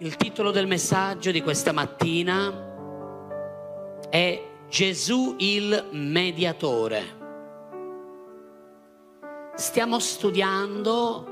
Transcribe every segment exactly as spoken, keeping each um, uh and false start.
Il titolo del messaggio di questa mattina è Gesù il mediatore. Stiamo studiando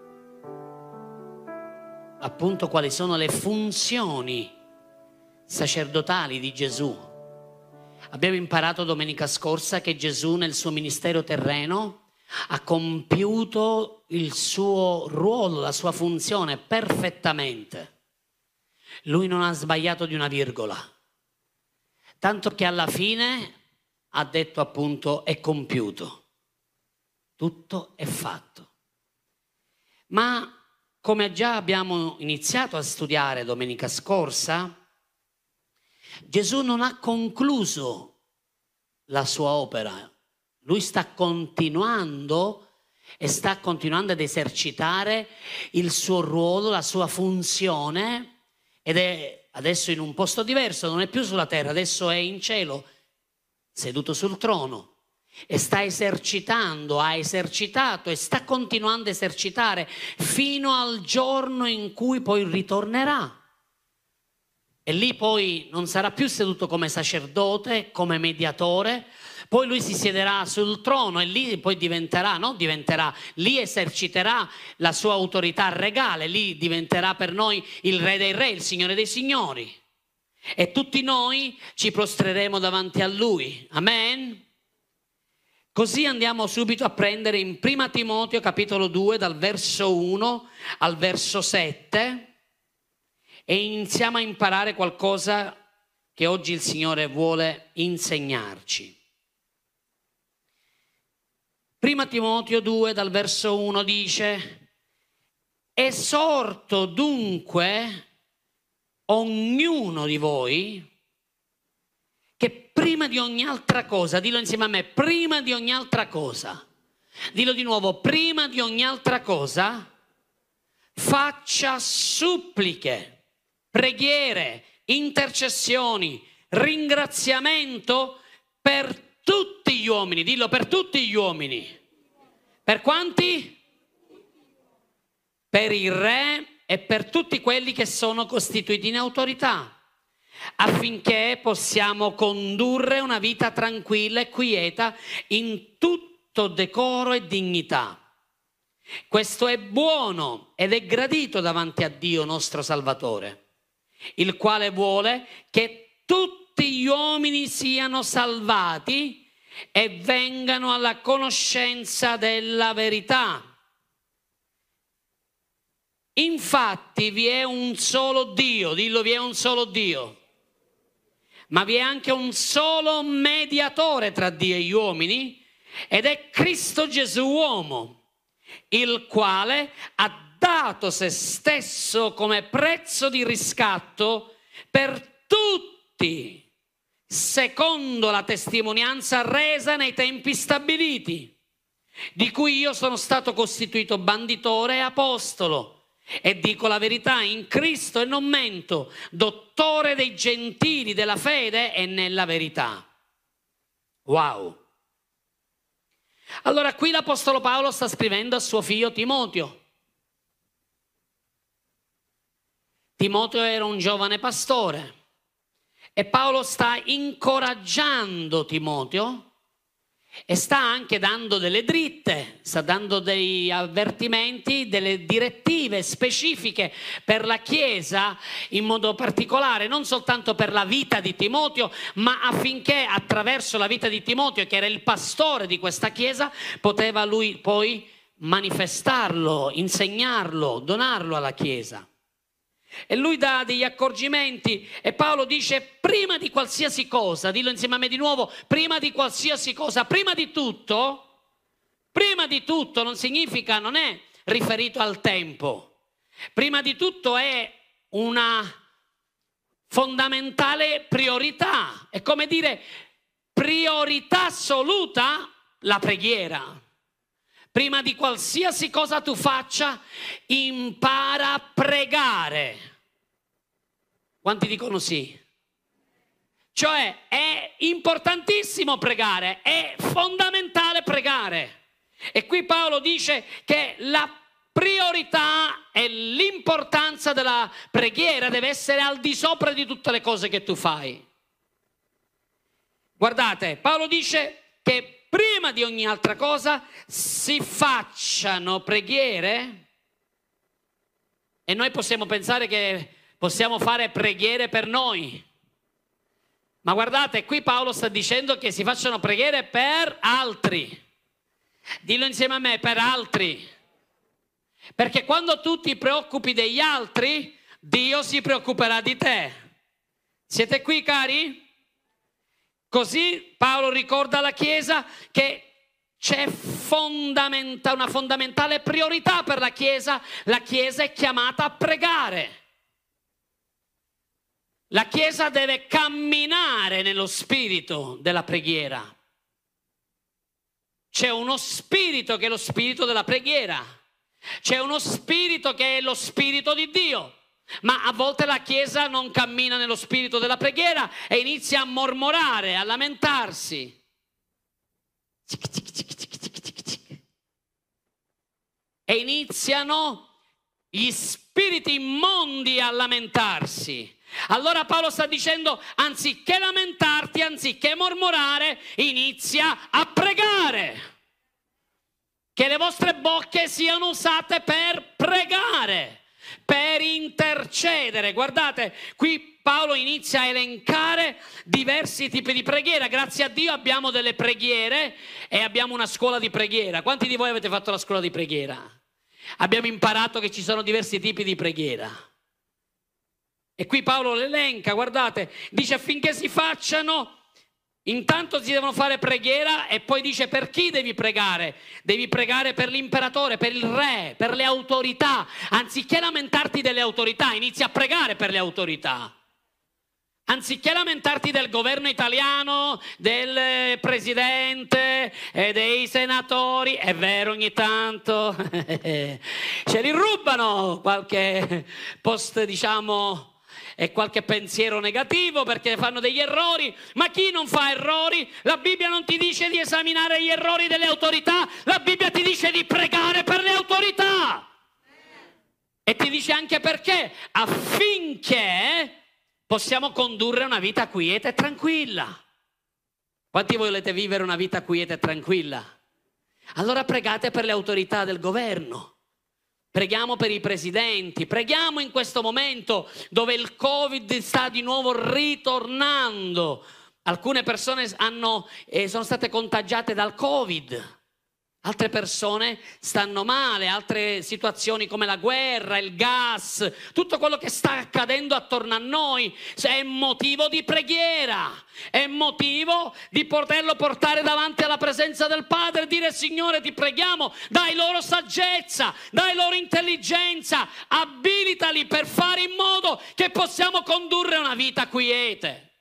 appunto quali sono le funzioni sacerdotali di Gesù. Abbiamo imparato domenica scorsa che Gesù nel suo ministero terreno ha compiuto il suo ruolo, la sua funzione perfettamente. Lui non ha sbagliato di una virgola, tanto che alla fine ha detto appunto è compiuto, tutto è fatto. Ma come già abbiamo iniziato a studiare domenica scorsa, Gesù non ha concluso la sua opera, lui sta continuando e sta continuando ad esercitare il suo ruolo, la sua funzione. Ed è adesso in un posto diverso, non è più sulla terra, adesso è in cielo, seduto sul trono e sta esercitando, ha esercitato e sta continuando a esercitare fino al giorno in cui poi ritornerà. E lì poi non sarà più seduto come sacerdote, come mediatore, poi lui si siederà sul trono e lì poi diventerà, no diventerà, lì eserciterà la sua autorità regale, lì diventerà per noi il Re dei Re, il Signore dei Signori. E tutti noi ci prostreremo davanti a Lui. Amen? Così andiamo subito a prendere in Prima Timoteo capitolo due dal verso uno al verso sette e iniziamo a imparare qualcosa che oggi il Signore vuole insegnarci. Prima Timoteo due dal verso uno dice: esorto dunque ognuno di voi che prima di ogni altra cosa, dillo insieme a me, prima di ogni altra cosa, dillo di nuovo, prima di ogni altra cosa, faccia suppliche, preghiere, intercessioni, ringraziamento per tutti gli uomini, dillo per tutti gli uomini. Per quanti? Per il re e per tutti quelli che sono costituiti in autorità, affinché possiamo condurre una vita tranquilla e quieta in tutto decoro e dignità. Questo è buono ed è gradito davanti a Dio nostro Salvatore, il quale vuole che tutti gli uomini siano salvati e vengano alla conoscenza della verità. Infatti vi è un solo Dio, dillo, vi è un solo Dio, ma vi è anche un solo mediatore tra Dio e gli uomini, ed è Cristo Gesù uomo, il quale ha dato se stesso come prezzo di riscatto per tutti, secondo la testimonianza resa nei tempi stabiliti, di cui io sono stato costituito banditore e apostolo, e dico la verità in Cristo e non mento, dottore dei gentili della fede e nella verità. Wow! Allora qui l'Apostolo Paolo sta scrivendo a suo figlio Timoteo. Timoteo era un giovane pastore e Paolo sta incoraggiando Timoteo e sta anche dando delle dritte, sta dando degli avvertimenti, delle direttive specifiche per la Chiesa in modo particolare, non soltanto per la vita di Timoteo, ma affinché attraverso la vita di Timoteo, che era il pastore di questa Chiesa, poteva lui poi manifestarlo, insegnarlo, donarlo alla Chiesa. E lui dà degli accorgimenti e Paolo dice: prima di qualsiasi cosa, dillo insieme a me di nuovo, prima di qualsiasi cosa, prima di tutto, prima di tutto non significa, non è riferito al tempo, prima di tutto è una fondamentale priorità, è come dire priorità assoluta la preghiera. Prima di qualsiasi cosa tu faccia, impara a pregare. Quanti dicono sì? Cioè è importantissimo pregare, è fondamentale pregare. E qui Paolo dice che la priorità e l'importanza della preghiera deve essere al di sopra di tutte le cose che tu fai. Guardate, Paolo dice che prima di ogni altra cosa si facciano preghiere, e noi possiamo pensare che possiamo fare preghiere per noi. Ma guardate, qui Paolo sta dicendo che si facciano preghiere per altri. Dillo insieme a me, per altri. Perché quando tu ti preoccupi degli altri, Dio si preoccuperà di te. Siete qui, cari? Così Paolo ricorda alla Chiesa che c'è fondamenta- una fondamentale priorità per la Chiesa. La Chiesa è chiamata a pregare. La Chiesa deve camminare nello spirito della preghiera. C'è uno spirito che è lo spirito della preghiera. C'è uno spirito che è lo spirito di Dio. Ma a volte la Chiesa non cammina nello spirito della preghiera e inizia a mormorare, a lamentarsi. E iniziano gli spiriti immondi a lamentarsi. Allora Paolo sta dicendo, anziché lamentarti, anziché mormorare, inizia a pregare. Che le vostre bocche siano usate per pregare, per intercedere. Guardate, qui Paolo inizia a elencare diversi tipi di preghiera. Grazie a Dio abbiamo delle preghiere e abbiamo una scuola di preghiera. Quanti di voi avete fatto la scuola di preghiera? Abbiamo imparato che ci sono diversi tipi di preghiera. E qui Paolo l'elenca, guardate, dice affinché si facciano, intanto si devono fare preghiera e poi dice per chi devi pregare? Devi pregare per l'imperatore, per il re, per le autorità. Anziché lamentarti delle autorità, inizi a pregare per le autorità. Anziché lamentarti del governo italiano, del presidente, eh, dei senatori, è vero ogni tanto, ce li rubano qualche post, diciamo, e qualche pensiero negativo perché fanno degli errori, ma chi non fa errori? La Bibbia non ti dice di esaminare gli errori delle autorità, la Bibbia ti dice di pregare per le autorità. E ti dice anche perché, affinché possiamo condurre una vita quieta e tranquilla. Quanti volete vivere una vita quieta e tranquilla? Allora pregate per le autorità del governo. Preghiamo per i presidenti, preghiamo in questo momento dove il Covid sta di nuovo ritornando. Alcune persone hanno, eh, sono state contagiate dal Covid, altre persone stanno male, altre situazioni come la guerra, il gas, tutto quello che sta accadendo attorno a noi è motivo di preghiera, è motivo di poterlo portare davanti alla presenza del Padre e dire Signore ti preghiamo, dai loro saggezza, dai loro intelligenza, abilitali per fare in modo che possiamo condurre una vita quiete.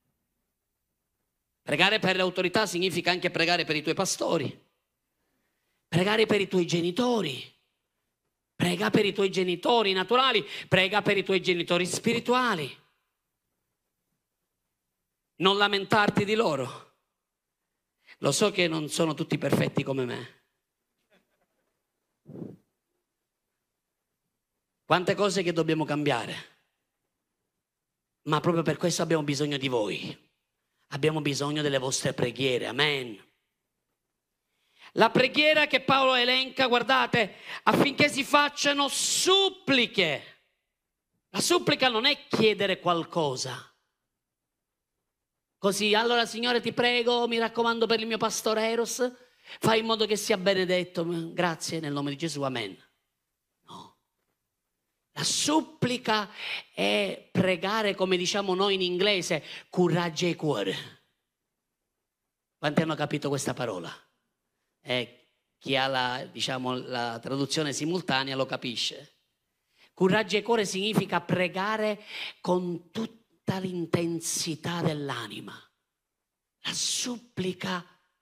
Pregare per le autorità significa anche pregare per i tuoi pastori. Pregare per i tuoi genitori, prega per i tuoi genitori naturali, prega per i tuoi genitori spirituali. Non lamentarti di loro. Lo so che non sono tutti perfetti come me. Quante cose che dobbiamo cambiare. Ma proprio per questo abbiamo bisogno di voi. Abbiamo bisogno delle vostre preghiere. Amen. La preghiera che Paolo elenca, guardate, affinché si facciano suppliche. La supplica non è chiedere qualcosa. Così, allora Signore ti prego, mi raccomando per il mio pastore Eros, fai in modo che sia benedetto. Grazie nel nome di Gesù, amen. No. La supplica è pregare, come diciamo noi in inglese, coraggio e cuore. Quanti hanno capito questa parola? Eh, chi ha la, diciamo, la traduzione simultanea lo capisce. Coraggio e cuore significa pregare con tutta l'intensità dell'anima. La supplica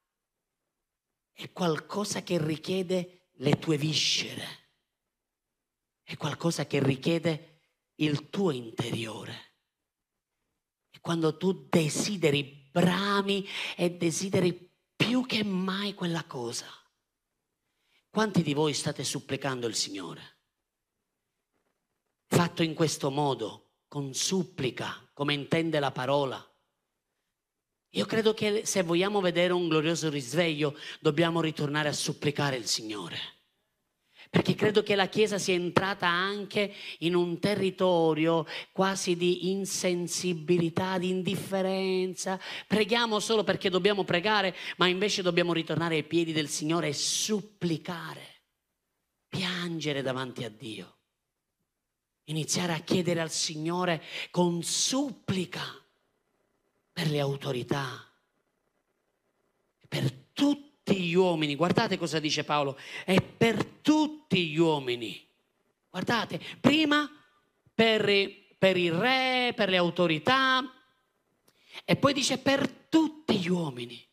è qualcosa che richiede le tue viscere, è qualcosa che richiede il tuo interiore. E quando tu desideri, brami e desideri più che mai quella cosa, Quanti di voi state supplicando il Signore? Fatto in questo modo, con supplica, come intende la parola. Io credo che se vogliamo vedere un glorioso risveglio, dobbiamo ritornare a supplicare il Signore. Perché credo che la Chiesa sia entrata anche in un territorio quasi di insensibilità, di indifferenza. Preghiamo solo perché dobbiamo pregare, ma invece dobbiamo ritornare ai piedi del Signore e supplicare, piangere davanti a Dio. Iniziare a chiedere al Signore con supplica per le autorità, per tutti gli uomini. Guardate cosa dice Paolo, è per tutti gli uomini. Guardate, prima per, per il re, per le autorità, e poi dice per tutti gli uomini.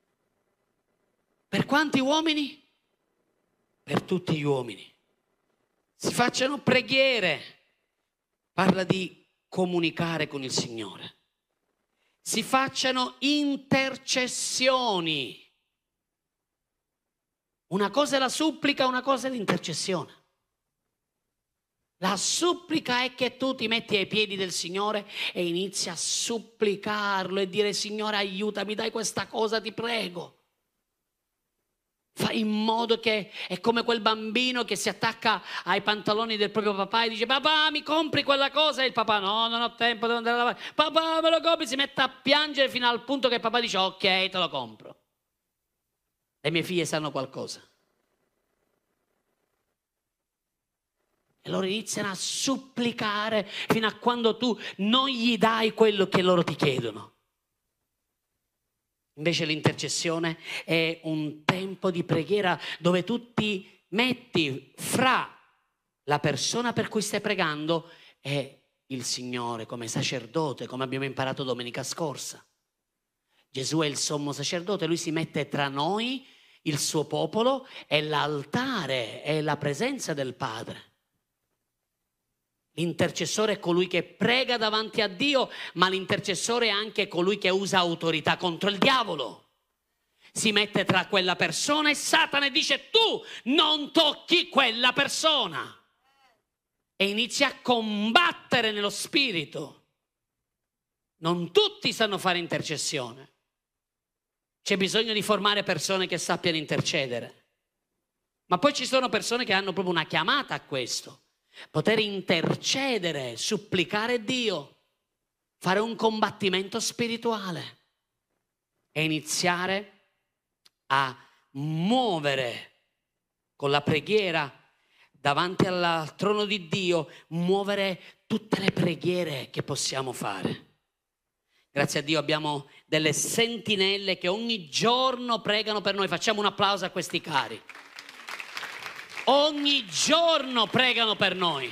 Per quanti uomini? Per tutti gli uomini. Si facciano preghiere, parla di comunicare con il Signore. Si facciano intercessioni. Una cosa è la supplica, una cosa è l'intercessione. La supplica è che tu ti metti ai piedi del Signore e inizi a supplicarlo e dire: Signore, aiutami, dai questa cosa, ti prego. Fai in modo che è come quel bambino che si attacca ai pantaloni del proprio papà e dice: papà, mi compri quella cosa? E il papà: no, non ho tempo, devo andare a lavare. Papà, me lo compri? Si mette a piangere fino al punto che il papà dice: ok, te lo compro. Le mie figlie sanno qualcosa. E loro iniziano a supplicare fino a quando tu non gli dai quello che loro ti chiedono. Invece l'intercessione è un tempo di preghiera dove tu ti metti fra la persona per cui stai pregando e il Signore, come sacerdote, come abbiamo imparato domenica scorsa. Gesù è il sommo sacerdote, lui si mette tra noi, il suo popolo, e l'altare è la presenza del Padre. L'intercessore è colui che prega davanti a Dio, ma l'intercessore è anche colui che usa autorità contro il diavolo. Si mette tra quella persona e Satana e dice: tu non tocchi quella persona. E inizia a combattere nello spirito. Non tutti sanno fare intercessione. C'è bisogno di formare persone che sappiano intercedere. Ma poi ci sono persone che hanno proprio una chiamata a questo. Poter intercedere, supplicare Dio, fare un combattimento spirituale e iniziare a muovere con la preghiera davanti al trono di Dio, muovere tutte le preghiere che possiamo fare. Grazie a Dio abbiamo delle sentinelle che ogni giorno pregano per noi. Facciamo un applauso a questi cari. Ogni giorno pregano per noi.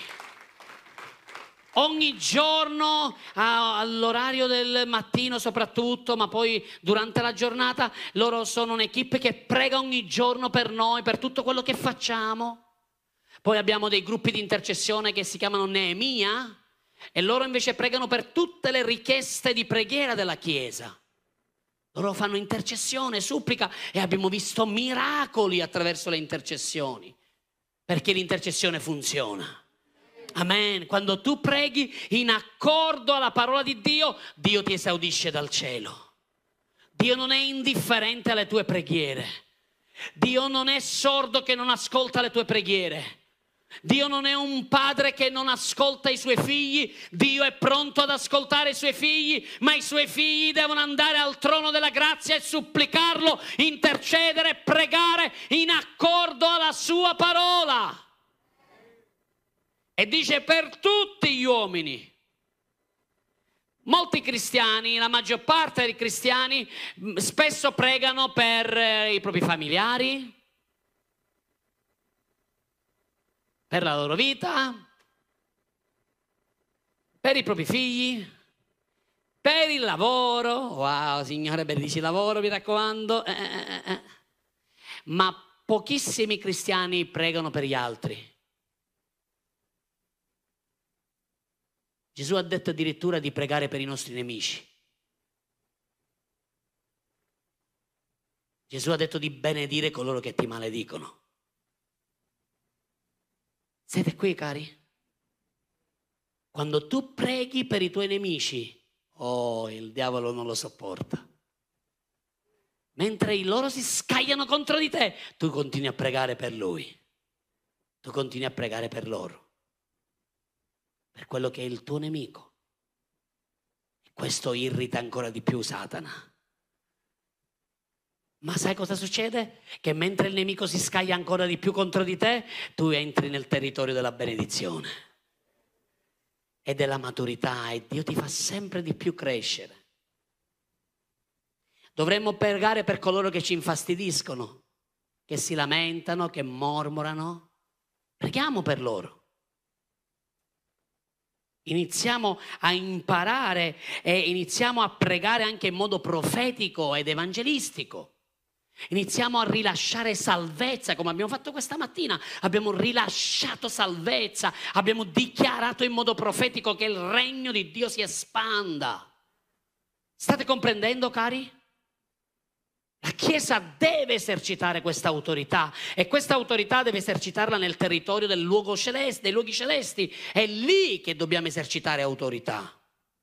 Ogni giorno all'orario del mattino soprattutto, ma poi durante la giornata loro sono un'equipe che prega ogni giorno per noi, per tutto quello che facciamo. Poi abbiamo dei gruppi di intercessione che si chiamano Neemia e loro invece pregano per tutte le richieste di preghiera della Chiesa. Loro fanno intercessione, supplica, e abbiamo visto miracoli attraverso le intercessioni, perché l'intercessione funziona. Amen. Quando tu preghi in accordo alla parola di Dio, Dio ti esaudisce dal cielo. Dio non è indifferente alle tue preghiere. Dio non è sordo che non ascolta le tue preghiere. Dio non è un padre che non ascolta i suoi figli. Dio è pronto ad ascoltare i suoi figli, ma i suoi figli devono andare al trono della grazia e supplicarlo, intercedere, pregare in accordo alla sua parola. E dice per tutti gli uomini. Molti cristiani, la maggior parte dei cristiani, spesso pregano per i propri familiari, per la loro vita, per i propri figli, per il lavoro. Wow, Signore, benedici il lavoro, mi raccomando. Eh, eh, eh. Ma pochissimi cristiani pregano per gli altri. Gesù ha detto addirittura di pregare per i nostri nemici. Gesù ha detto di benedire coloro che ti maledicono. Siete qui, cari? Quando tu preghi per i tuoi nemici, oh, il diavolo non lo sopporta. Mentre loro si scagliano contro di te, tu continui a pregare per lui. Tu continui a pregare per loro, per quello che è il tuo nemico. E questo irrita ancora di più Satana. Ma sai cosa succede? Che mentre il nemico si scaglia ancora di più contro di te, tu entri nel territorio della benedizione e della maturità, e Dio ti fa sempre di più crescere. Dovremmo pregare per coloro che ci infastidiscono, che si lamentano, che mormorano. Preghiamo per loro. Iniziamo a imparare e iniziamo a pregare anche in modo profetico ed evangelistico. Iniziamo a rilasciare salvezza, come abbiamo fatto questa mattina. Abbiamo rilasciato salvezza, abbiamo dichiarato in modo profetico che il regno di Dio si espanda. State comprendendo, cari? La Chiesa deve esercitare questa autorità, e questa autorità deve esercitarla nel territorio del luogo celeste, dei luoghi celesti. È lì che dobbiamo esercitare autorità.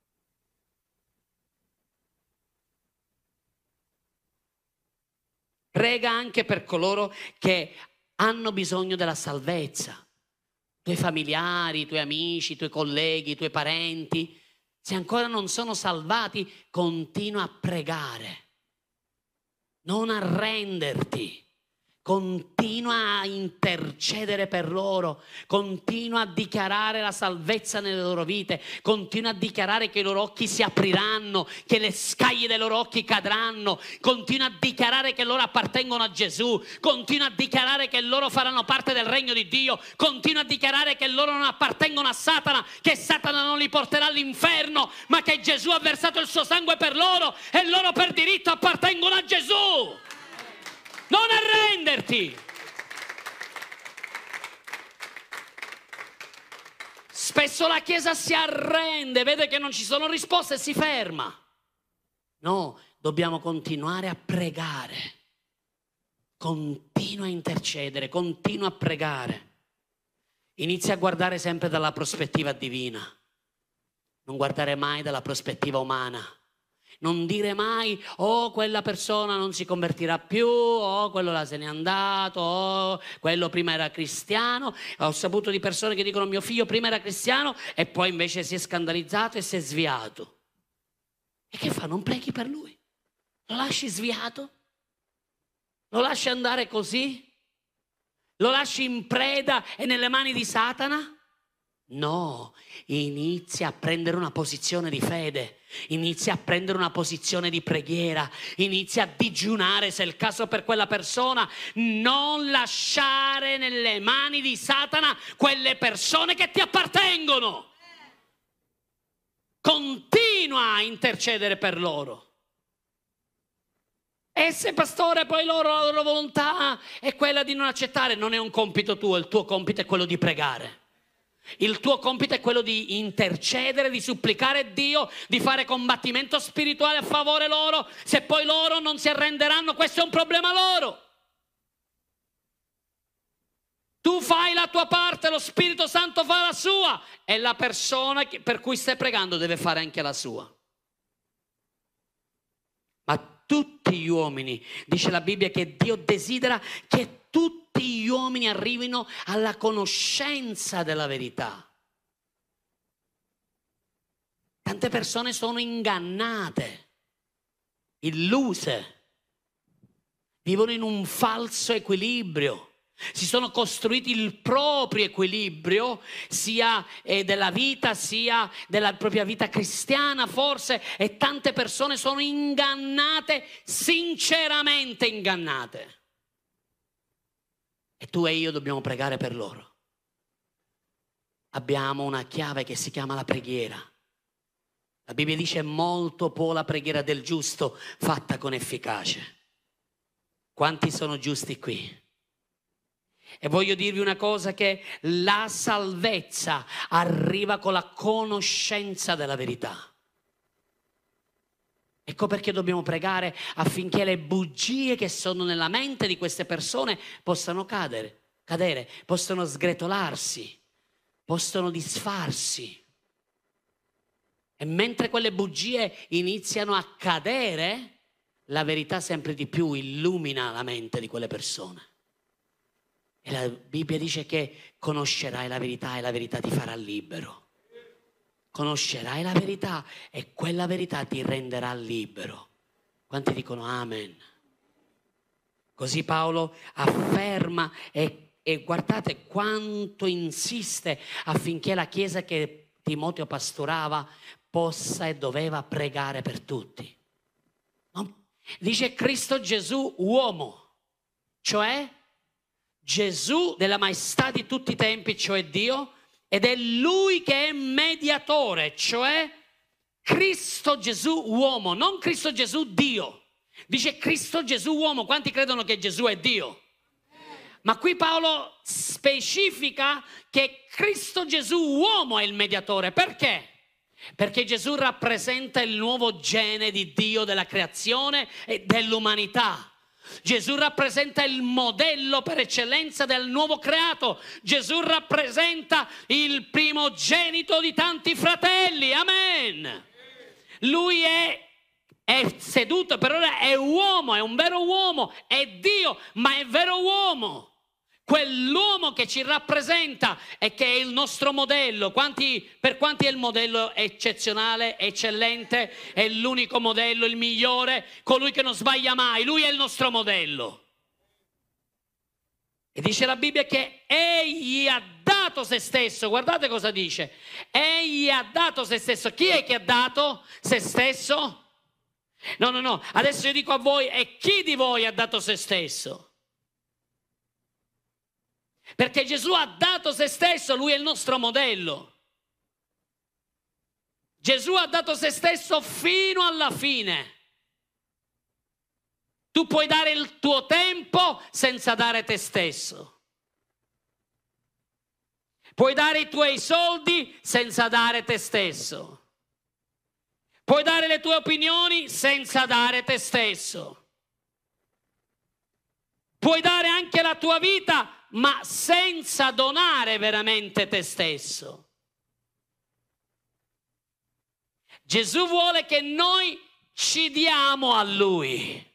Prega anche per coloro che hanno bisogno della salvezza. I tuoi familiari, i tuoi amici, i tuoi colleghi, i tuoi parenti. Se ancora non sono salvati, continua a pregare. Non arrenderti. Continua a intercedere per loro, continua a dichiarare la salvezza nelle loro vite, continua a dichiarare che i loro occhi si apriranno, che le scaglie dei loro occhi cadranno, continua a dichiarare che loro appartengono a Gesù, continua a dichiarare che loro faranno parte del regno di Dio, continua a dichiarare che loro non appartengono a Satana, che Satana non li porterà all'inferno, ma che Gesù ha versato il suo sangue per loro e loro per diritto appartengono a Gesù. Non arrenderti. Spesso la Chiesa si arrende, vede che non ci sono risposte e si ferma. No, dobbiamo continuare a pregare. Continua a intercedere, continua a pregare. Inizia a guardare sempre dalla prospettiva divina. Non guardare mai dalla prospettiva umana. Non dire mai, oh, quella persona non si convertirà più, oh, quello là se n'è andato, oh, quello prima era cristiano. Ho saputo di persone che dicono, mio figlio prima era cristiano e poi invece si è scandalizzato e si è sviato. E che fa? Non preghi per lui? Lo lasci sviato? Lo lasci andare così? Lo lasci in preda e nelle mani di Satana? No, inizia a prendere una posizione di fede, inizia a prendere una posizione di preghiera, inizia a digiunare se è il caso per quella persona. Non lasciare nelle mani di Satana quelle persone che ti appartengono. Continua a intercedere per loro. E se, pastore, poi loro, la loro volontà è quella di non accettare, non è un compito tuo, il tuo compito è quello di pregare. Il tuo compito è quello di intercedere, di supplicare Dio, di fare combattimento spirituale a favore loro. Se poi loro non si arrenderanno, questo è un problema loro. Tu fai la tua parte, lo Spirito Santo fa la sua, e la persona per cui stai pregando deve fare anche la sua. Ma tutti gli uomini, dice la Bibbia, che Dio desidera che tutti gli uomini arrivino alla conoscenza della verità. Tante persone sono ingannate, illuse, vivono in un falso equilibrio. Si sono costruiti il proprio equilibrio, sia eh, della vita, sia della propria vita cristiana forse, e tante persone sono ingannate, sinceramente ingannate. E tu e io dobbiamo pregare per loro. Abbiamo una chiave che si chiama la preghiera. La Bibbia dice: molto può la preghiera del giusto fatta con efficacia. Quanti sono giusti qui? E voglio dirvi una cosa, che la salvezza arriva con la conoscenza della verità. Ecco perché dobbiamo pregare affinché le bugie che sono nella mente di queste persone possano cadere. cadere, possono sgretolarsi, possono disfarsi. E mentre quelle bugie iniziano a cadere, la verità sempre di più illumina la mente di quelle persone. E la Bibbia dice che conoscerai la verità e la verità ti farà libero. Conoscerai la verità e quella verità ti renderà libero. Quanti dicono amen? Così Paolo afferma e, e guardate quanto insiste affinché la chiesa che Timoteo pastorava possa e doveva pregare per tutti. No? Dice Cristo Gesù uomo, cioè Gesù della maestà di tutti i tempi, cioè Dio, ed è Lui che è mediatore, cioè Cristo Gesù uomo, non Cristo Gesù Dio. Dice Cristo Gesù uomo. Quanti credono che Gesù è Dio? Ma qui Paolo specifica che Cristo Gesù uomo è il mediatore. Perché? Perché Gesù rappresenta il nuovo gene di Dio della creazione e dell'umanità. Gesù rappresenta il modello per eccellenza del nuovo creato. Gesù rappresenta il primogenito di tanti fratelli. Amen. Lui è, è seduto, per ora è uomo, è un vero uomo, è Dio, ma è vero uomo. Quell'uomo che ci rappresenta e che è il nostro modello. Quanti, per quanti è il modello eccezionale, eccellente, è l'unico modello, il migliore, colui che non sbaglia mai, lui è il nostro modello. E dice la Bibbia che egli ha dato se stesso. Guardate cosa dice: egli ha dato se stesso. Chi è che ha dato se stesso? No, no, no, adesso io dico a voi, e chi di voi ha dato se stesso? Perché Gesù ha dato se stesso, lui è il nostro modello. Gesù ha dato se stesso fino alla fine. Tu puoi dare il tuo tempo senza dare te stesso. Puoi dare i tuoi soldi senza dare te stesso. Puoi dare le tue opinioni senza dare te stesso. Puoi dare anche la tua vita, ma senza donare veramente te stesso. Gesù vuole che noi ci diamo a Lui.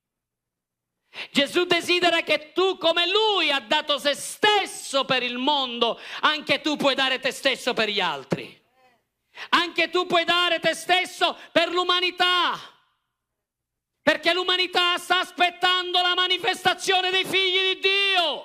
Gesù desidera che tu, come Lui ha dato se stesso per il mondo, anche tu puoi dare te stesso per gli altri. Anche tu puoi dare te stesso per l'umanità. Perché l'umanità sta aspettando la manifestazione dei figli di Dio.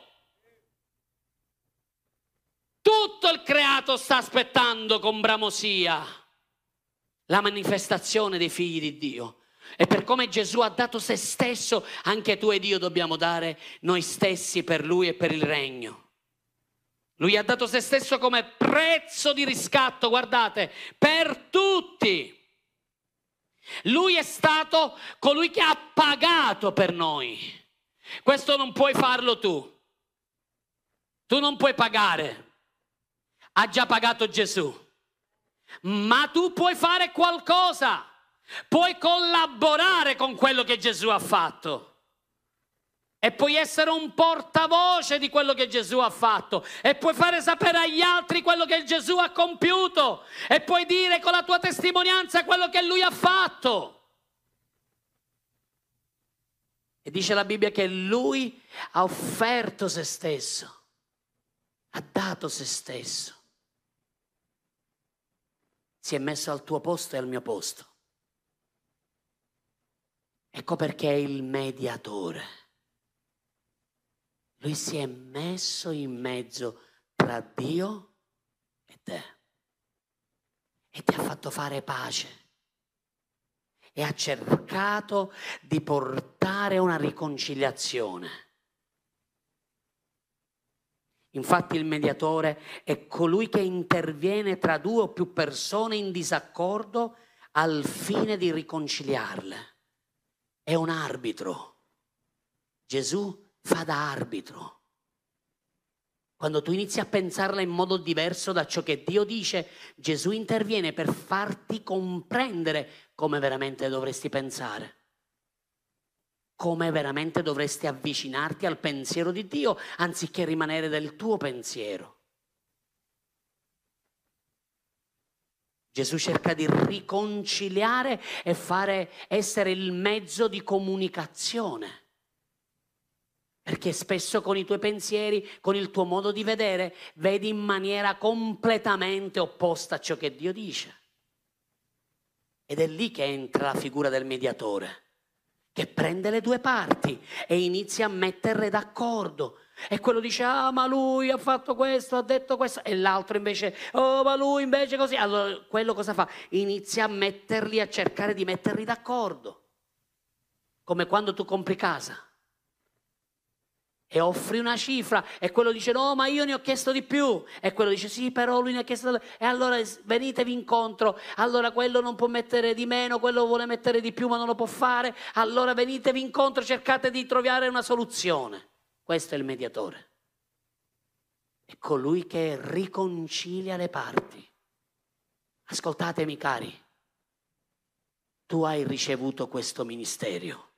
Tutto il creato sta aspettando con bramosia la manifestazione dei figli di Dio. E per come Gesù ha dato se stesso, anche tu ed io dobbiamo dare noi stessi per Lui e per il regno. Lui ha dato se stesso come prezzo di riscatto, guardate, per tutti. Lui è stato colui che ha pagato per noi. Questo non puoi farlo tu. Tu non puoi pagare. Ha già pagato Gesù. Ma tu puoi fare qualcosa. Puoi collaborare con quello che Gesù ha fatto. E puoi essere un portavoce di quello che Gesù ha fatto. E puoi fare sapere agli altri quello che Gesù ha compiuto. E puoi dire con la tua testimonianza quello che Lui ha fatto. E dice la Bibbia che Lui ha offerto se stesso. Ha dato se stesso. Si è messo al tuo posto e al mio posto. Ecco perché è il mediatore. Lui si è messo in mezzo tra Dio e te. E ti ha fatto fare pace. E ha cercato di portare una riconciliazione. Infatti il mediatore è colui che interviene tra due o più persone in disaccordo al fine di riconciliarle. È un arbitro. Gesù fa da arbitro. Quando tu inizi a pensarla in modo diverso da ciò che Dio dice, Gesù interviene per farti comprendere come veramente dovresti pensare. come veramente dovresti avvicinarti al pensiero di Dio anziché rimanere del tuo pensiero. Gesù cerca di riconciliare e fare essere il mezzo di comunicazione. Perché spesso con i tuoi pensieri, con il tuo modo di vedere, vedi in maniera completamente opposta a ciò che Dio dice. Ed è lì che entra la figura del mediatore, che prende le due parti e inizia a metterle d'accordo. E quello dice, ah ma lui ha fatto questo, ha detto questo, e l'altro invece, oh ma lui invece così. Allora quello cosa fa? Inizia a metterli, a cercare di metterli d'accordo. Come quando tu compri casa e offri una cifra e quello dice, no ma io ne ho chiesto di più. E quello dice, sì però lui ne ha chiesto di più. E allora venitevi incontro, allora quello non può mettere di meno, quello vuole mettere di più ma non lo può fare. Allora venitevi incontro, cercate di trovare una soluzione. Questo è il mediatore. È colui che riconcilia le parti. Ascoltatemi cari, tu hai ricevuto questo ministero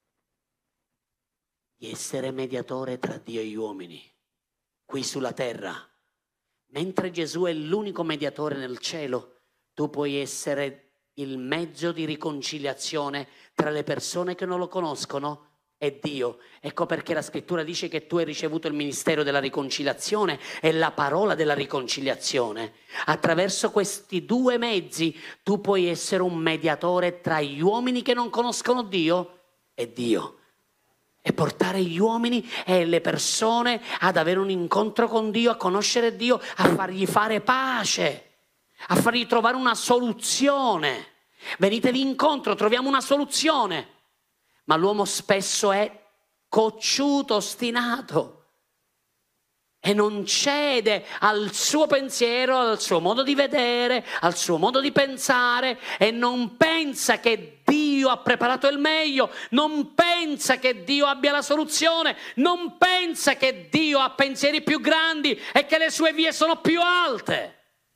di essere mediatore tra Dio e gli uomini, qui sulla terra. Mentre Gesù è l'unico mediatore nel cielo, tu puoi essere il mezzo di riconciliazione tra le persone che non lo conoscono e Dio. Ecco perché la scrittura dice che tu hai ricevuto il ministero della riconciliazione e la parola della riconciliazione. Attraverso questi due mezzi tu puoi essere un mediatore tra gli uomini che non conoscono Dio e Dio. E portare gli uomini e le persone ad avere un incontro con Dio, a conoscere Dio, a fargli fare pace, a fargli trovare una soluzione. Venitevi incontro, troviamo una soluzione. Ma l'uomo spesso è cocciuto, ostinato e non cede al suo pensiero, al suo modo di vedere, al suo modo di pensare e non pensa che Dio ha preparato il meglio, non pensa che Dio abbia la soluzione, non pensa che Dio ha pensieri più grandi e che le sue vie sono più alte.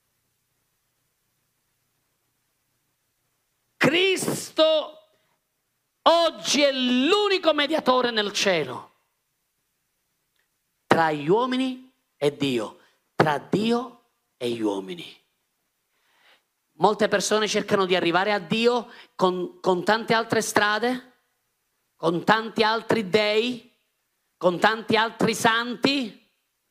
Cristo oggi è l'unico mediatore nel cielo tra gli uomini e Dio, tra Dio e gli uomini. Molte persone cercano di arrivare a Dio con, con tante altre strade, con tanti altri dei, con tanti altri santi.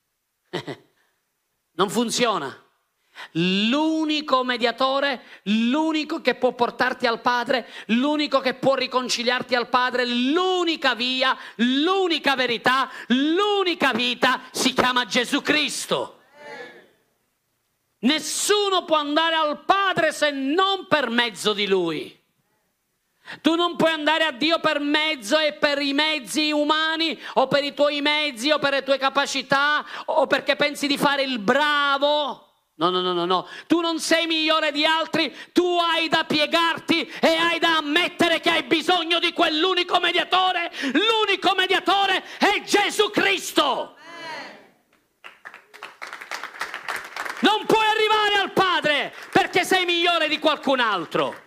Non funziona. L'unico mediatore, l'unico che può portarti al Padre, l'unico che può riconciliarti al Padre, l'unica via, l'unica verità, l'unica vita si chiama Gesù Cristo. Nessuno può andare al Padre se non per mezzo di Lui. Tu non puoi andare a Dio per mezzo e per i mezzi umani o per i tuoi mezzi o per le tue capacità o perché pensi di fare il bravo. No, no, no, no, no. Tu non sei migliore di altri, tu hai da piegarti e hai da ammettere che hai bisogno di quell'unico mediatore. L'unico mediatore è Gesù Cristo. Non puoi arrivare al Padre perché sei migliore di qualcun altro.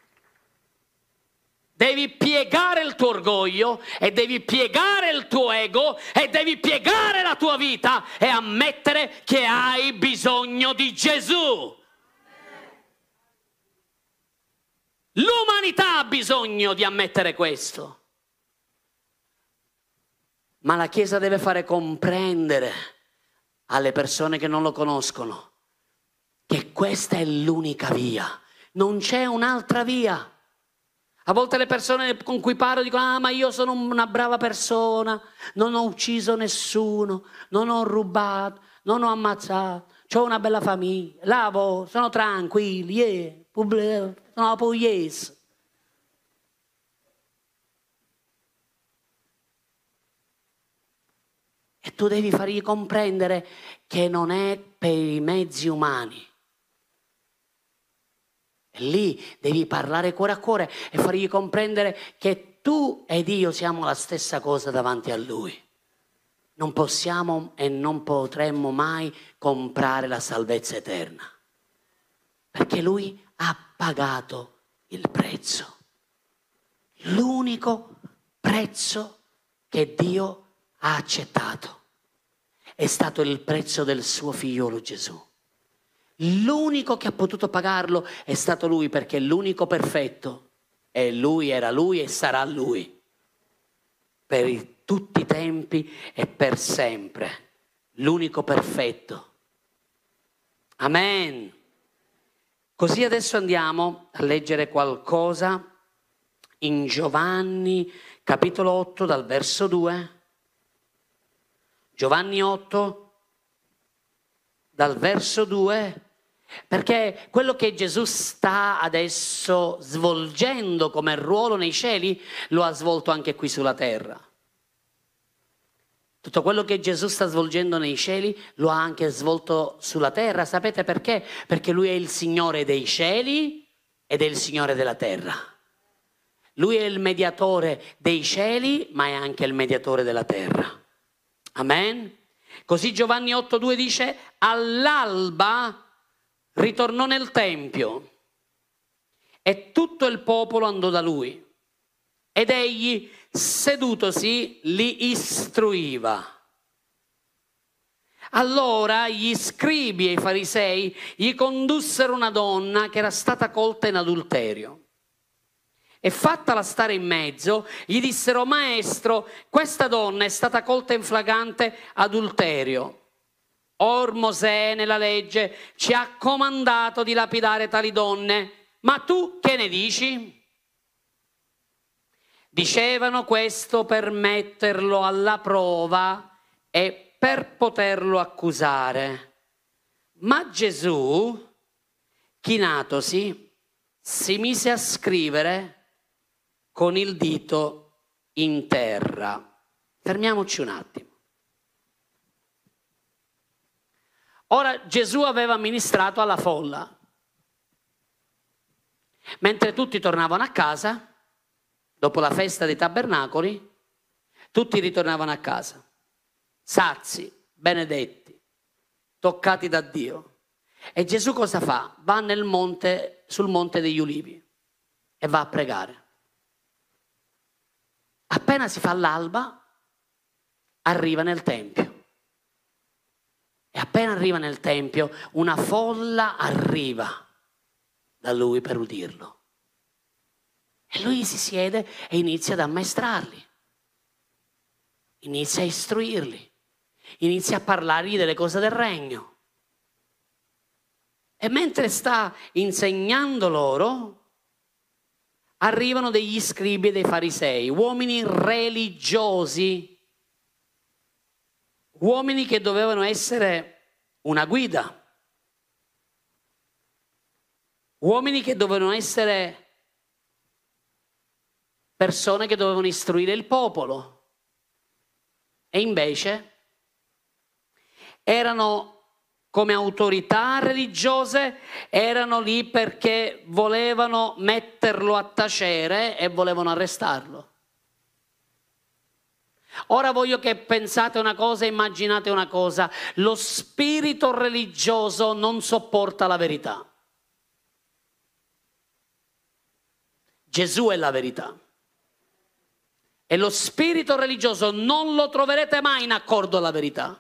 Devi piegare il tuo orgoglio e devi piegare il tuo ego e devi piegare la tua vita e ammettere che hai bisogno di Gesù. L'umanità ha bisogno di ammettere questo. Ma la Chiesa deve fare comprendere alle persone che non lo conoscono che questa è l'unica via, non c'è un'altra via. A volte le persone con cui parlo dicono, ah ma io sono una brava persona, non ho ucciso nessuno, non ho rubato, non ho ammazzato, ho una bella famiglia, lavoro, sono tranquillo, yeah, sono pugliese. E tu devi fargli comprendere che non è per i mezzi umani. E lì devi parlare cuore a cuore e fargli comprendere che tu ed io siamo la stessa cosa davanti a Lui. Non possiamo e non potremmo mai comprare la salvezza eterna, perché Lui ha pagato il prezzo, l'unico prezzo. prezzo che Dio ha accettato è stato il prezzo del suo figliolo Gesù. L'unico che ha potuto pagarlo è stato Lui, perché è l'unico perfetto, e Lui era Lui e sarà Lui per i- tutti i tempi e per sempre, l'unico perfetto. Amen. Così adesso andiamo a leggere qualcosa in Giovanni capitolo otto dal verso due. Giovanni otto dal verso due, perché quello che Gesù sta adesso svolgendo come ruolo nei cieli lo ha svolto anche qui sulla terra. Tutto quello che Gesù sta svolgendo nei cieli lo ha anche svolto sulla terra. Sapete perché? Perché Lui è il Signore dei cieli ed è il Signore della terra. Lui è il mediatore dei cieli, ma è anche il mediatore della terra. Amen? Così Giovanni otto due dice: all'alba ritornò nel Tempio e tutto il popolo andò da Lui. Ed egli, sedutosi, li istruiva. Allora gli scribi e i farisei gli condussero una donna che era stata colta in adulterio. E fattala stare in mezzo, gli dissero: Maestro, questa donna è stata colta in flagrante adulterio. Or Mosè nella legge ci ha comandato di lapidare tali donne, ma tu che ne dici? Dicevano questo per metterlo alla prova e per poterlo accusare. Ma Gesù, chinatosi, si mise a scrivere con il dito in terra. Fermiamoci un attimo. Ora Gesù aveva ministrato alla folla. Mentre tutti tornavano a casa, dopo la festa dei tabernacoli, tutti ritornavano a casa, sazi, benedetti, toccati da Dio. E Gesù cosa fa? Va nel monte, sul monte degli Ulivi e va a pregare. Appena si fa l'alba, arriva nel Tempio. E appena arriva nel Tempio, una folla arriva da Lui per udirlo. E Lui si siede e inizia ad ammaestrarli, inizia a istruirli, inizia a parlargli delle cose del regno. E mentre sta insegnando loro, arrivano degli scribi e dei farisei, uomini religiosi, uomini che dovevano essere una guida, uomini che dovevano essere persone che dovevano istruire il popolo. E invece erano come autorità religiose, erano lì perché volevano metterlo a tacere e volevano arrestarlo. Ora voglio che pensate una cosa, immaginate una cosa: lo spirito religioso non sopporta la verità. Gesù è la verità. E lo spirito religioso non lo troverete mai in accordo alla verità.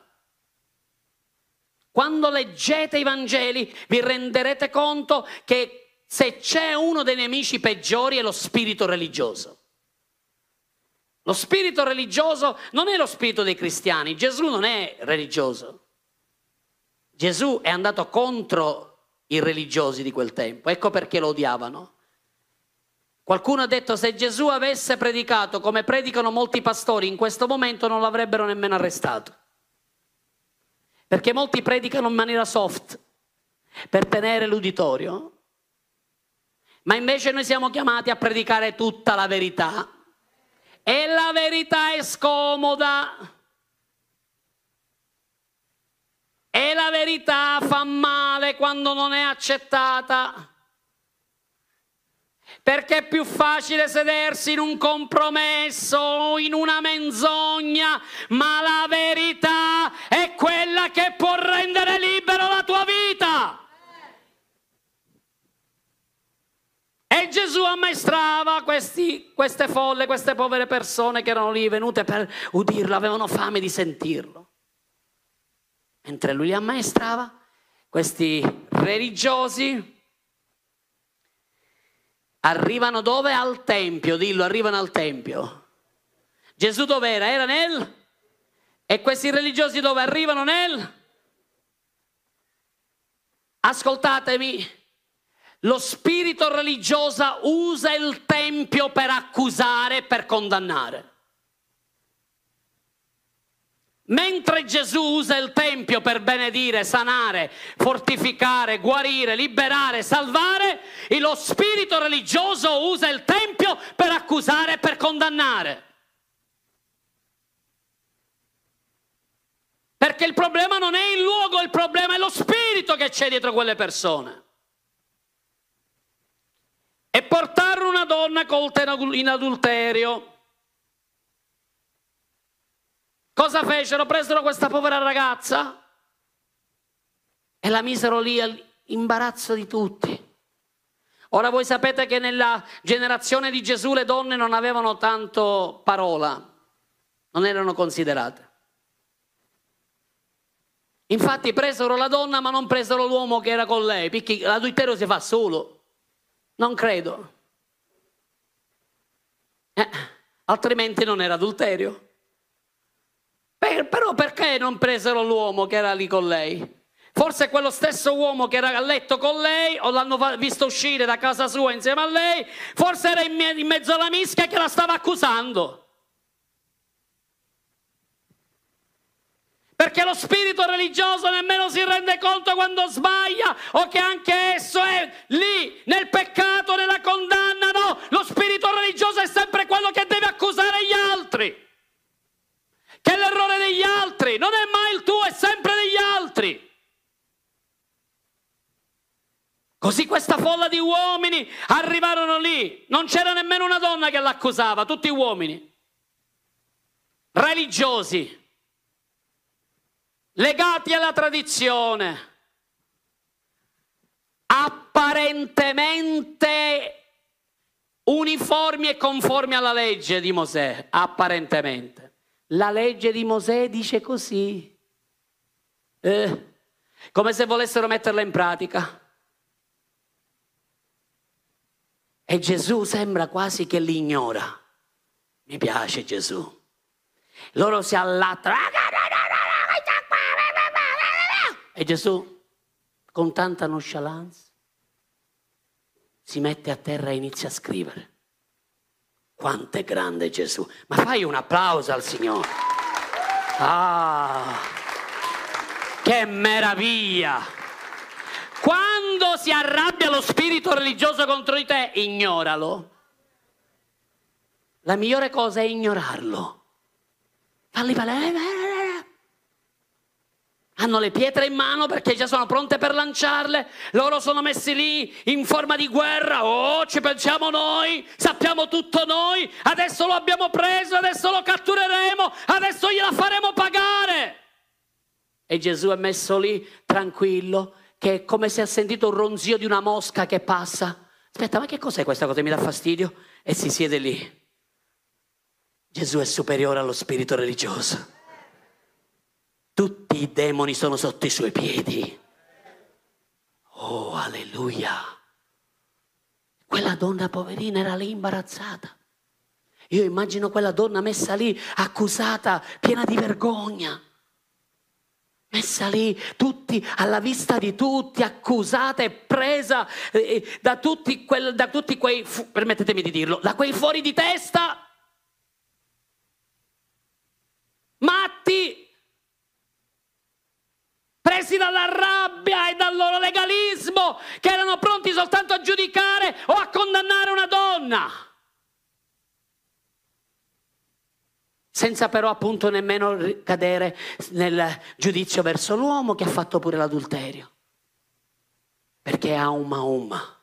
Quando leggete i Vangeli vi renderete conto che se c'è uno dei nemici peggiori è lo spirito religioso. Lo spirito religioso non è lo spirito dei cristiani. Gesù non è religioso. Gesù è andato contro i religiosi di quel tempo. Ecco perché lo odiavano. Qualcuno ha detto: se Gesù avesse predicato come predicano molti pastori in questo momento non l'avrebbero nemmeno arrestato. Perché molti predicano in maniera soft per tenere l'uditorio. Ma invece noi siamo chiamati a predicare tutta la verità. E la verità è scomoda. E la verità fa male quando non è accettata. Perché è più facile sedersi in un compromesso o in una menzogna, ma la verità è quella che può rendere libero la tua vita. E Gesù Gesù ammaestrava questi, queste folle, queste povere persone che erano lì venute per udirlo, avevano fame di sentirlo. Mentre lui li ammaestrava, questi religiosi arrivano dove? Al Tempio, dillo, arrivano al Tempio. Gesù dov'era? Era nel... E questi religiosi dove arrivano? Nel... Ascoltatemi. Lo spirito religioso usa il Tempio per accusare e per condannare. Mentre Gesù usa il Tempio per benedire, sanare, fortificare, guarire, liberare, salvare, e lo spirito religioso usa il Tempio per accusare e per condannare. Perché il problema non è il luogo, il problema è lo spirito che c'è dietro quelle persone. E portarono una donna colta in adulterio. Cosa fecero? Presero questa povera ragazza e la misero lì all'imbarazzo di tutti. Ora voi sapete che nella generazione di Gesù le donne non avevano tanto parola, non erano considerate. Infatti presero la donna ma non presero l'uomo che era con lei, perché l'adulterio si fa solo. Non credo. Eh, altrimenti non era adulterio. Per, però perché non presero l'uomo che era lì con lei? Forse quello stesso uomo che era a letto con lei, o l'hanno visto uscire da casa sua insieme a lei, forse era in, me in mezzo alla mischia che la stava accusando. Perché lo spirito religioso nemmeno si rende conto quando sbaglia o che anche esso è lì nel peccato, nella condanna. No, lo spirito religioso è sempre quello che deve accusare gli altri, che è l'errore degli altri, non è mai il tuo, è sempre degli altri. Così questa folla di uomini arrivarono lì, non c'era nemmeno una donna che l'accusava, tutti uomini religiosi, legati alla tradizione, apparentemente uniformi e conformi alla legge di Mosè, apparentemente. La legge di Mosè dice così, eh, come se volessero metterla in pratica. E Gesù sembra quasi che li ignora. Mi piace Gesù. Loro si allattano. E Gesù, con tanta nonchalance, si mette a terra e inizia a scrivere. Quanto è grande Gesù! Ma fai un applauso al Signore! Ah, che meraviglia! Quando si arrabbia lo spirito religioso contro di te, ignoralo. La migliore cosa è ignorarlo. Falli parlare. Hanno le pietre in mano perché già sono pronte per lanciarle. Loro sono messi lì in forma di guerra. Oh, ci pensiamo noi, sappiamo tutto noi. Adesso lo abbiamo preso, adesso lo cattureremo, adesso gliela faremo pagare. E Gesù è messo lì tranquillo, che è come se ha sentito un ronzio di una mosca che passa. Aspetta, ma che cos'è questa cosa che mi dà fastidio? E si siede lì. Gesù è superiore allo spirito religioso. Tutti i demoni sono sotto i suoi piedi. Oh, alleluia. Quella donna poverina era lì imbarazzata. Io immagino quella donna messa lì, accusata, piena di vergogna. Messa lì, tutti, alla vista di tutti, accusata e presa eh, da, tutti quel, da tutti quei, permettetemi di dirlo, da quei fuori di testa, matti, presi dalla rabbia e dal loro legalismo, che erano pronti soltanto a giudicare o a condannare una donna, senza però appunto nemmeno cadere nel giudizio verso l'uomo che ha fatto pure l'adulterio, perché è auma auma,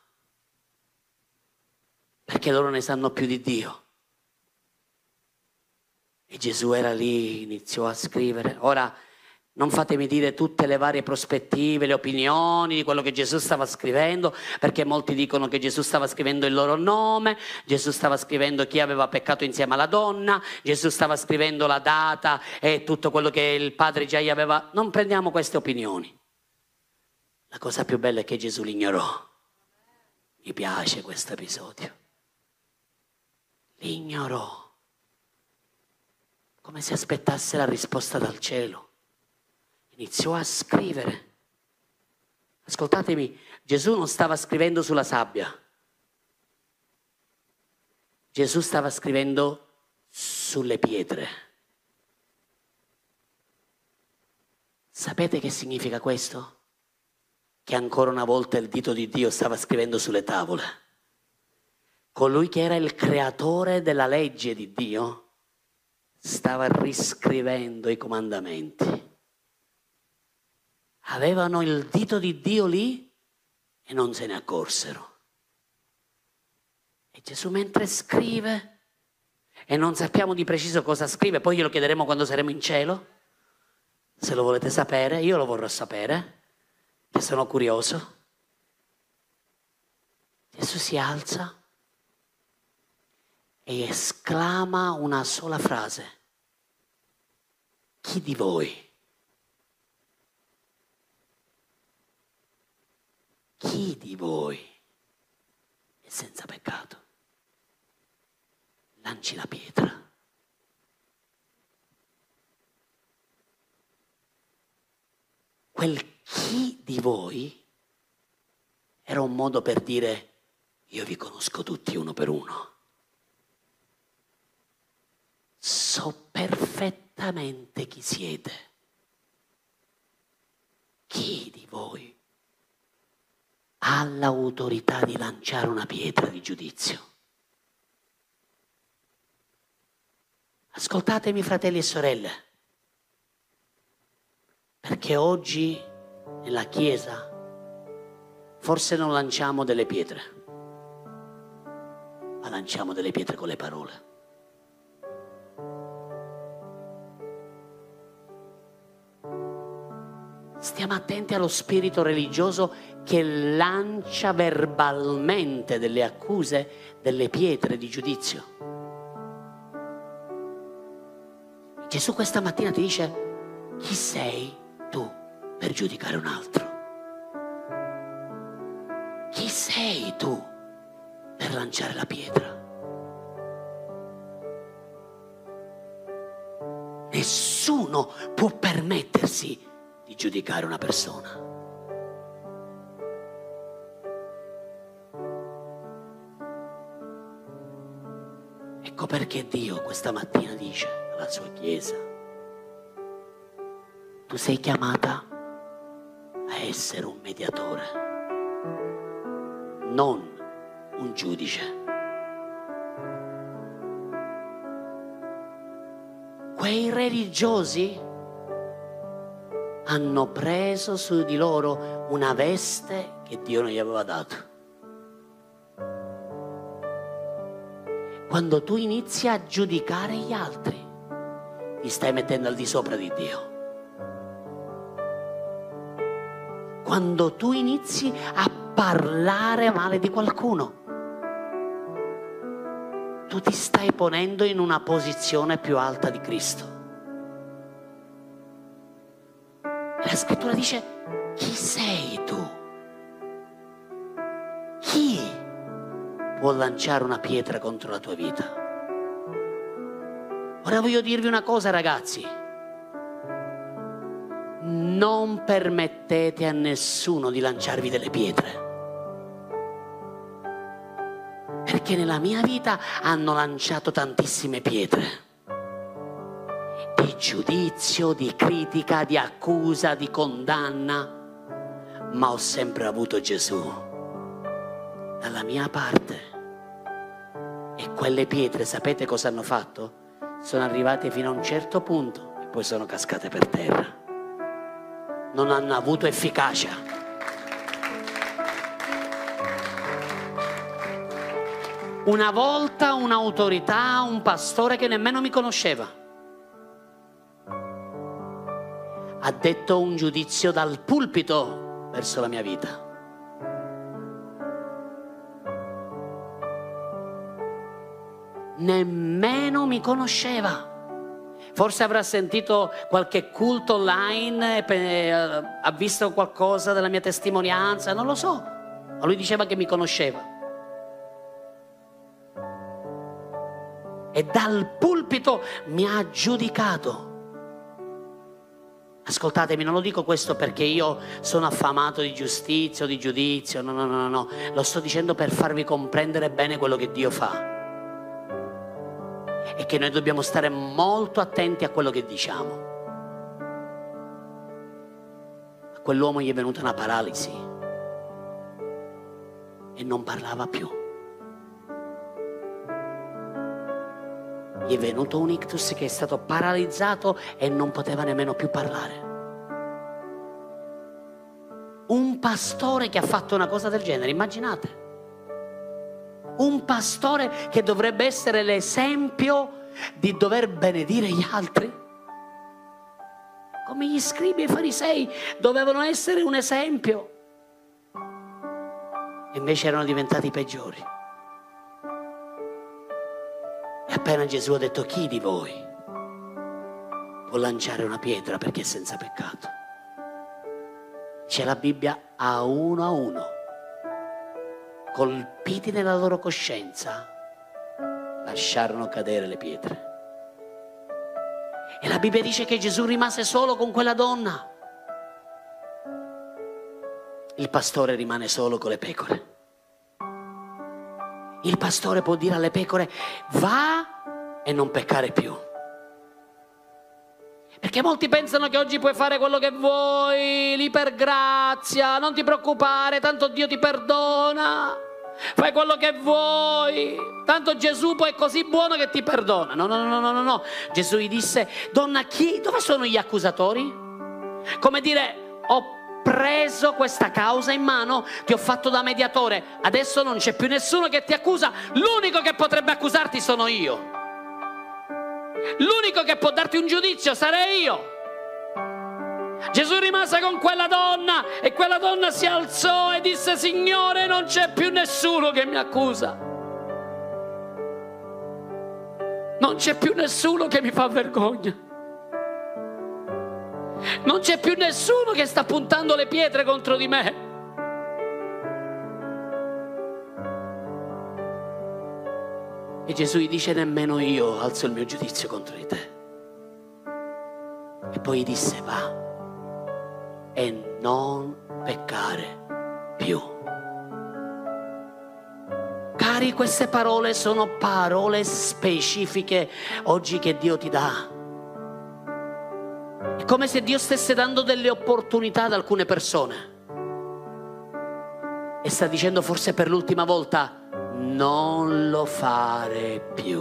perché loro ne sanno più di Dio. E Gesù era lì, iniziò a scrivere. Ora Non fatemi dire tutte le varie prospettive, le opinioni di quello che Gesù stava scrivendo, perché molti dicono che Gesù stava scrivendo il loro nome, Gesù stava scrivendo chi aveva peccato insieme alla donna, Gesù stava scrivendo la data e tutto quello che il padre già gli aveva. Non prendiamo queste opinioni. La cosa più bella è che Gesù l'ignorò. Mi piace questo episodio. L'ignorò, come se aspettasse la risposta dal cielo. Iniziò a scrivere. Ascoltatemi, Gesù non stava scrivendo sulla sabbia. Gesù stava scrivendo sulle pietre. Sapete che significa questo? Che ancora una volta il dito di Dio stava scrivendo sulle tavole. Colui che era il creatore della legge di Dio stava riscrivendo i comandamenti. Avevano il dito di Dio lì e non se ne accorsero. E Gesù mentre scrive, e non sappiamo di preciso cosa scrive, poi glielo chiederemo quando saremo in cielo, se lo volete sapere, io lo vorrò sapere, che sono curioso. Gesù si alza e esclama una sola frase: chi di voi? Chi di voi è senza peccato? Lanci la pietra. Quel chi di voi era un modo per dire: io vi conosco tutti uno per uno. So perfettamente chi siete. Chi di voi ha l'autorità di lanciare una pietra di giudizio? Ascoltatemi, fratelli e sorelle, perché oggi nella Chiesa forse non lanciamo delle pietre, ma lanciamo delle pietre con le parole. Stiamo attenti allo spirito religioso che lancia verbalmente delle accuse, delle pietre di giudizio. Gesù questa mattina ti dice: chi sei tu per giudicare un altro? Chi sei tu per lanciare la pietra? Nessuno può permettersi di giudicare una persona. Ecco perché Dio questa mattina dice alla sua Chiesa: tu sei chiamata a essere un mediatore, non un giudice. Quei religiosi hanno preso su di loro una veste che Dio non gli aveva dato. Quando tu inizi a giudicare gli altri, ti stai mettendo al di sopra di Dio. Quando tu inizi a parlare male di qualcuno, tu ti stai ponendo in una posizione più alta di Cristo. La scrittura dice: chi sei tu? Chi può lanciare una pietra contro la tua vita? Ora voglio dirvi una cosa, ragazzi: non permettete a nessuno di lanciarvi delle pietre, perché nella mia vita hanno lanciato tantissime pietre di giudizio, di critica, di accusa, di condanna, ma ho sempre avuto Gesù dalla mia parte. E quelle pietre, sapete cosa hanno fatto? Sono arrivate fino a un certo punto e poi sono cascate per terra. Non hanno avuto efficacia. Una volta un'autorità, un pastore che nemmeno mi conosceva, ha detto un giudizio dal pulpito verso la mia vita. Nemmeno mi conosceva. Forse avrà sentito qualche culto online, ha visto qualcosa della mia testimonianza, non lo so, ma lui diceva che mi conosceva. E dal pulpito mi ha giudicato. Ascoltatemi, non lo dico questo perché io sono affamato di giustizia o di giudizio, no, no, no, no, lo sto dicendo per farvi comprendere bene quello che Dio fa. E che noi dobbiamo stare molto attenti a quello che diciamo. A quell'uomo gli è venuta una paralisi e non parlava più. Gli è venuto un ictus che è stato paralizzato e non poteva nemmeno più parlare. Un pastore che ha fatto una cosa del genere, immaginate. Un pastore che dovrebbe essere l'esempio di dover benedire gli altri. Come gli scribi e i farisei dovevano essere un esempio. E invece erano diventati peggiori. E appena Gesù ha detto: chi di voi può lanciare una pietra perché è senza peccato? C'è la Bibbia, a uno a uno, colpiti nella loro coscienza, lasciarono cadere le pietre. E la Bibbia dice che Gesù rimase solo con quella donna. Il pastore rimane solo con le pecore. Il pastore può dire alle pecore: va e non peccare più. Perché molti pensano che oggi puoi fare quello che vuoi, lì per grazia, non ti preoccupare, tanto Dio ti perdona, fai quello che vuoi, tanto Gesù poi è così buono che ti perdona. No, no, no, no, no, no. Gesù gli disse: donna, chi, dove sono gli accusatori? Come dire, ho preso questa causa in mano, ti ho fatto da mediatore, adesso non c'è più nessuno che ti accusa, l'unico che potrebbe accusarti sono io. L'unico che può darti un giudizio sarei io. Gesù rimase con quella donna e quella donna si alzò e disse: Signore, non c'è più nessuno che mi accusa, non c'è più nessuno che mi fa vergogna, non c'è più nessuno che sta puntando le pietre contro di me. E Gesù gli dice: nemmeno io alzo il mio giudizio contro di te. E poi gli disse: va e non peccare più. Cari, queste parole sono parole specifiche oggi che Dio ti dà. È come se Dio stesse dando delle opportunità ad alcune persone e sta dicendo, forse per l'ultima volta: non lo fare più.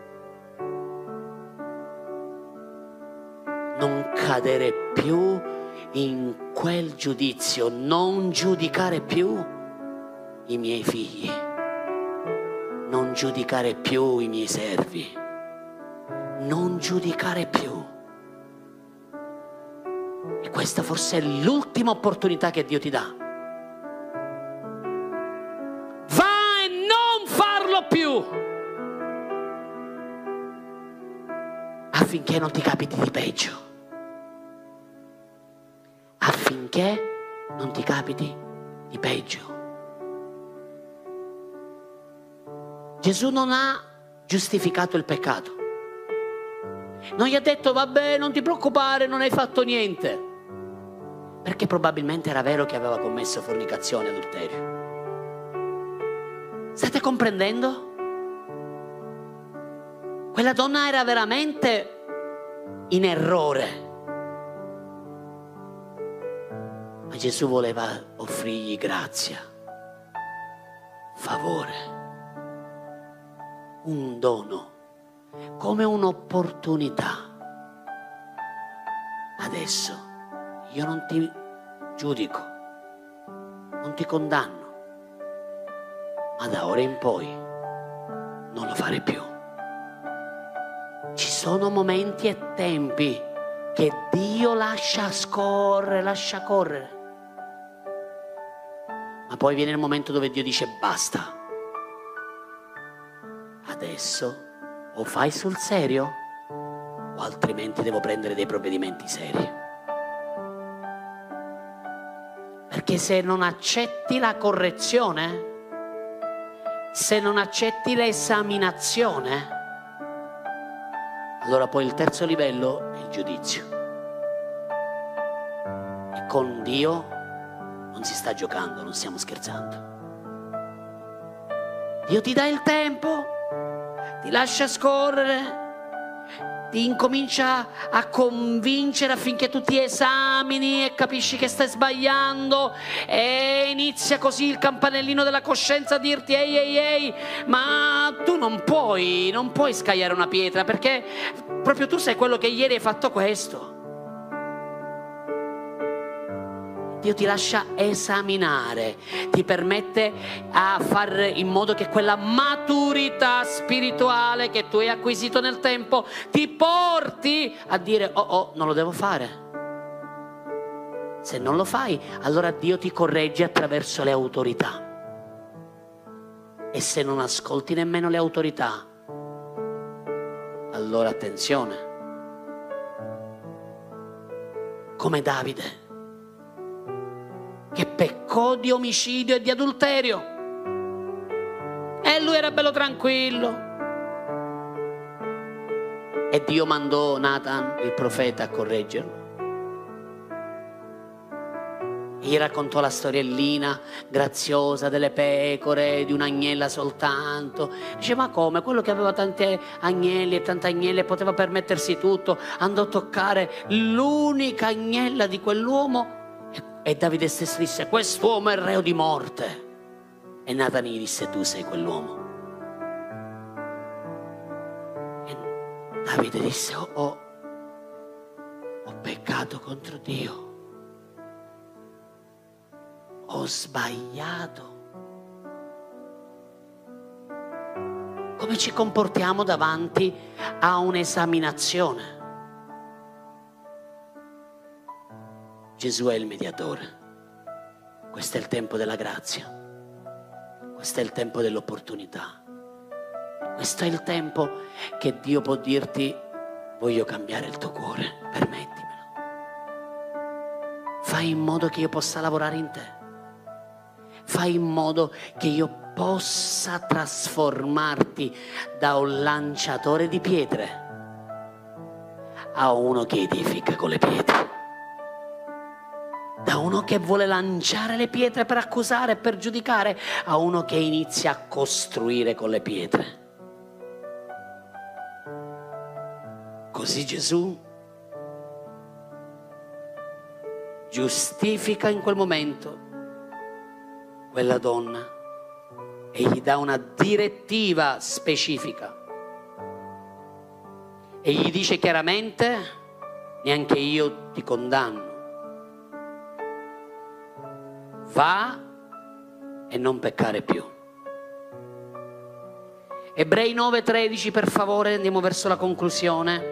Non cadere più in quel giudizio, non giudicare più i miei figli, non giudicare più i miei servi, non giudicare più. E questa forse è l'ultima opportunità che Dio ti dà. Più, affinché non ti capiti di peggio, affinché non ti capiti di peggio. Gesù non ha giustificato il peccato, non gli ha detto: vabbè, non ti preoccupare, non hai fatto niente, perché probabilmente era vero che aveva commesso fornicazione, adulterio. State comprendendo? Quella donna era veramente in errore, ma Gesù voleva offrirgli grazia, favore, un dono, come un'opportunità. Adesso io non ti giudico, non ti condanno, ma da ora in poi non lo fare più. Ci sono momenti e tempi che Dio lascia scorrere, lascia correre. Ma poi viene il momento dove Dio dice basta. Adesso o fai sul serio o altrimenti devo prendere dei provvedimenti seri. Perché se non accetti la correzione, se non accetti l'esaminazione, allora poi il terzo livello è il giudizio. E con Dio non si sta giocando, non stiamo scherzando. Dio ti dà il tempo, ti lascia scorrere, ti incomincia a convincere affinché tu ti esamini e capisci che stai sbagliando, e inizia così il campanellino della coscienza a dirti ehi ehi ehi, ma tu non puoi, non puoi scagliare una pietra perché proprio tu sei quello che ieri hai fatto questo. Dio ti lascia esaminare, ti permette a fare in modo che quella maturità spirituale che tu hai acquisito nel tempo ti porti a dire oh oh, non lo devo fare. Se non lo fai, allora Dio ti corregge attraverso le autorità. E se non ascolti nemmeno le autorità, allora attenzione. Come Davide, che peccò di omicidio e di adulterio, e lui era bello tranquillo, e Dio mandò Nathan il profeta a correggerlo. Gli raccontò la storiellina graziosa delle pecore, di un'agnella soltanto. Dice ma come? Quello che aveva tanti agnelli e tante agnelle poteva permettersi tutto, andò a toccare l'unica agnella di quell'uomo. E Davide stesso disse quest'uomo è reo di morte. E Nathan gli disse tu sei quell'uomo. E Davide disse oh, oh, ho peccato contro Dio, ho sbagliato. Come ci comportiamo davanti a un'esaminazione? Gesù è il mediatore. Questo è il tempo della grazia. Questo è il tempo dell'opportunità. Questo è il tempo che Dio può dirti voglio cambiare il tuo cuore, permettimelo. Fai in modo che io possa lavorare in te. Fai in modo che io possa trasformarti da un lanciatore di pietre a uno che edifica con le pietre. Da uno che vuole lanciare le pietre per accusare e per giudicare a uno che inizia a costruire con le pietre. Così Gesù giustifica in quel momento quella donna e gli dà una direttiva specifica e gli dice chiaramente neanche io ti condanno. Va e non peccare più. Ebrei nove tredici, per favore, andiamo verso la conclusione.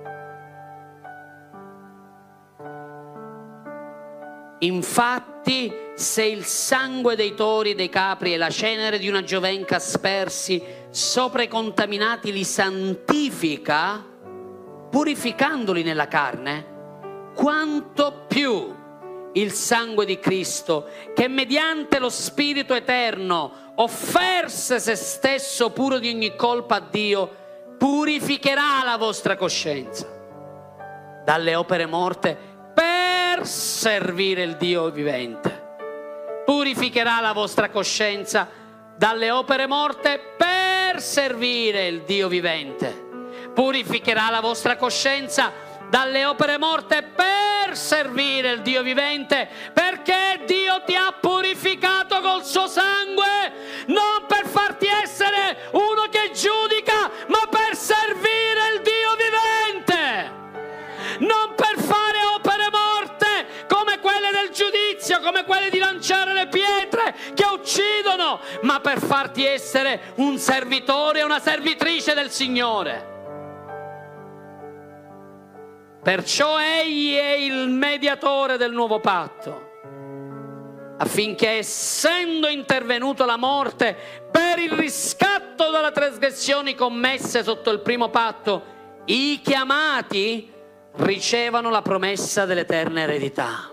Infatti, se il sangue dei tori e dei capri e la cenere di una giovenca spersi sopra i contaminati li santifica, purificandoli nella carne, quanto più il sangue di Cristo, che mediante lo Spirito eterno offerse se stesso puro di ogni colpa a Dio, purificherà la vostra coscienza dalle opere morte per servire il Dio vivente. Purificherà la vostra coscienza dalle opere morte per servire il Dio vivente. Purificherà la vostra coscienza dalle opere morte per servire il Dio vivente, perché Dio ti ha purificato col suo sangue, non per farti essere uno che giudica, ma per servire il Dio vivente, non per fare opere morte come quelle del giudizio, come quelle di lanciare le pietre che uccidono, ma per farti essere un servitore e una servitrice del Signore. Perciò egli è il mediatore del nuovo patto, affinché, essendo intervenuto la morte per il riscatto delle trasgressioni commesse sotto il primo patto, i chiamati ricevano la promessa dell'eterna eredità.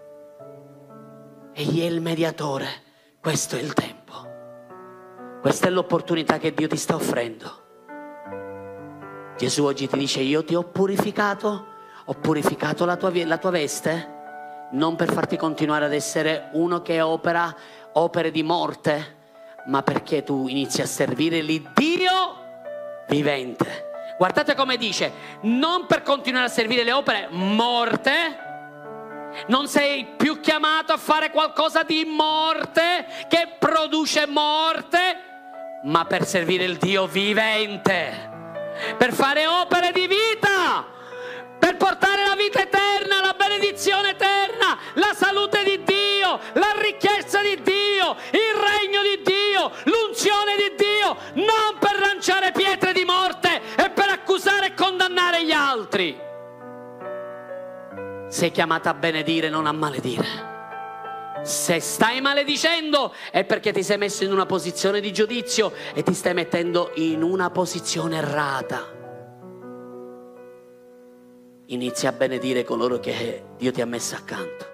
Egli è il mediatore. Questo è il tempo. Questa è l'opportunità che Dio ti sta offrendo. Gesù oggi ti dice: io ti ho purificato, ho purificato la tua, la tua veste, non per farti continuare ad essere uno che opera opere di morte, ma perché tu inizi a servire l'Iddio vivente. Guardate come dice: non per continuare a servire le opere morte, non sei più chiamato a fare qualcosa di morte che produce morte, ma per servire il Dio vivente, per fare opere di vita, per portare la vita eterna, la benedizione eterna, la salute di Dio, la ricchezza di Dio, il regno di Dio, l'unzione di Dio, non per lanciare pietre di morte e per accusare e condannare gli altri. Sei chiamata a benedire, non a maledire. Se stai maledicendo è perché ti sei messo in una posizione di giudizio e ti stai mettendo in una posizione errata. Inizia a benedire coloro che Dio ti ha messo accanto.